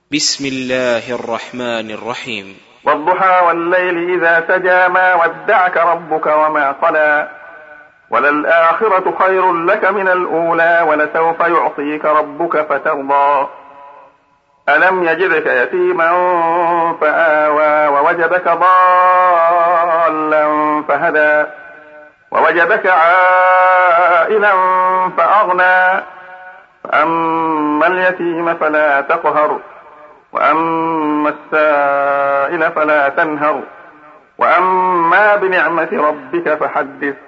بسم الله الرحمن الرحيم. والضحى والليل إذا سجى ما ودعك ربك وما قلى وللآخرة خير لك من الأولى ولسوف يعطيك ربك فترضى ألم يجدك يتيما فآوى ووجدك ضالا فهدى ووجدك عائلا فأغنى فأما اليتيم فلا تقهر وأما السائل فلا تنهر وأما بنعمة ربك فحدث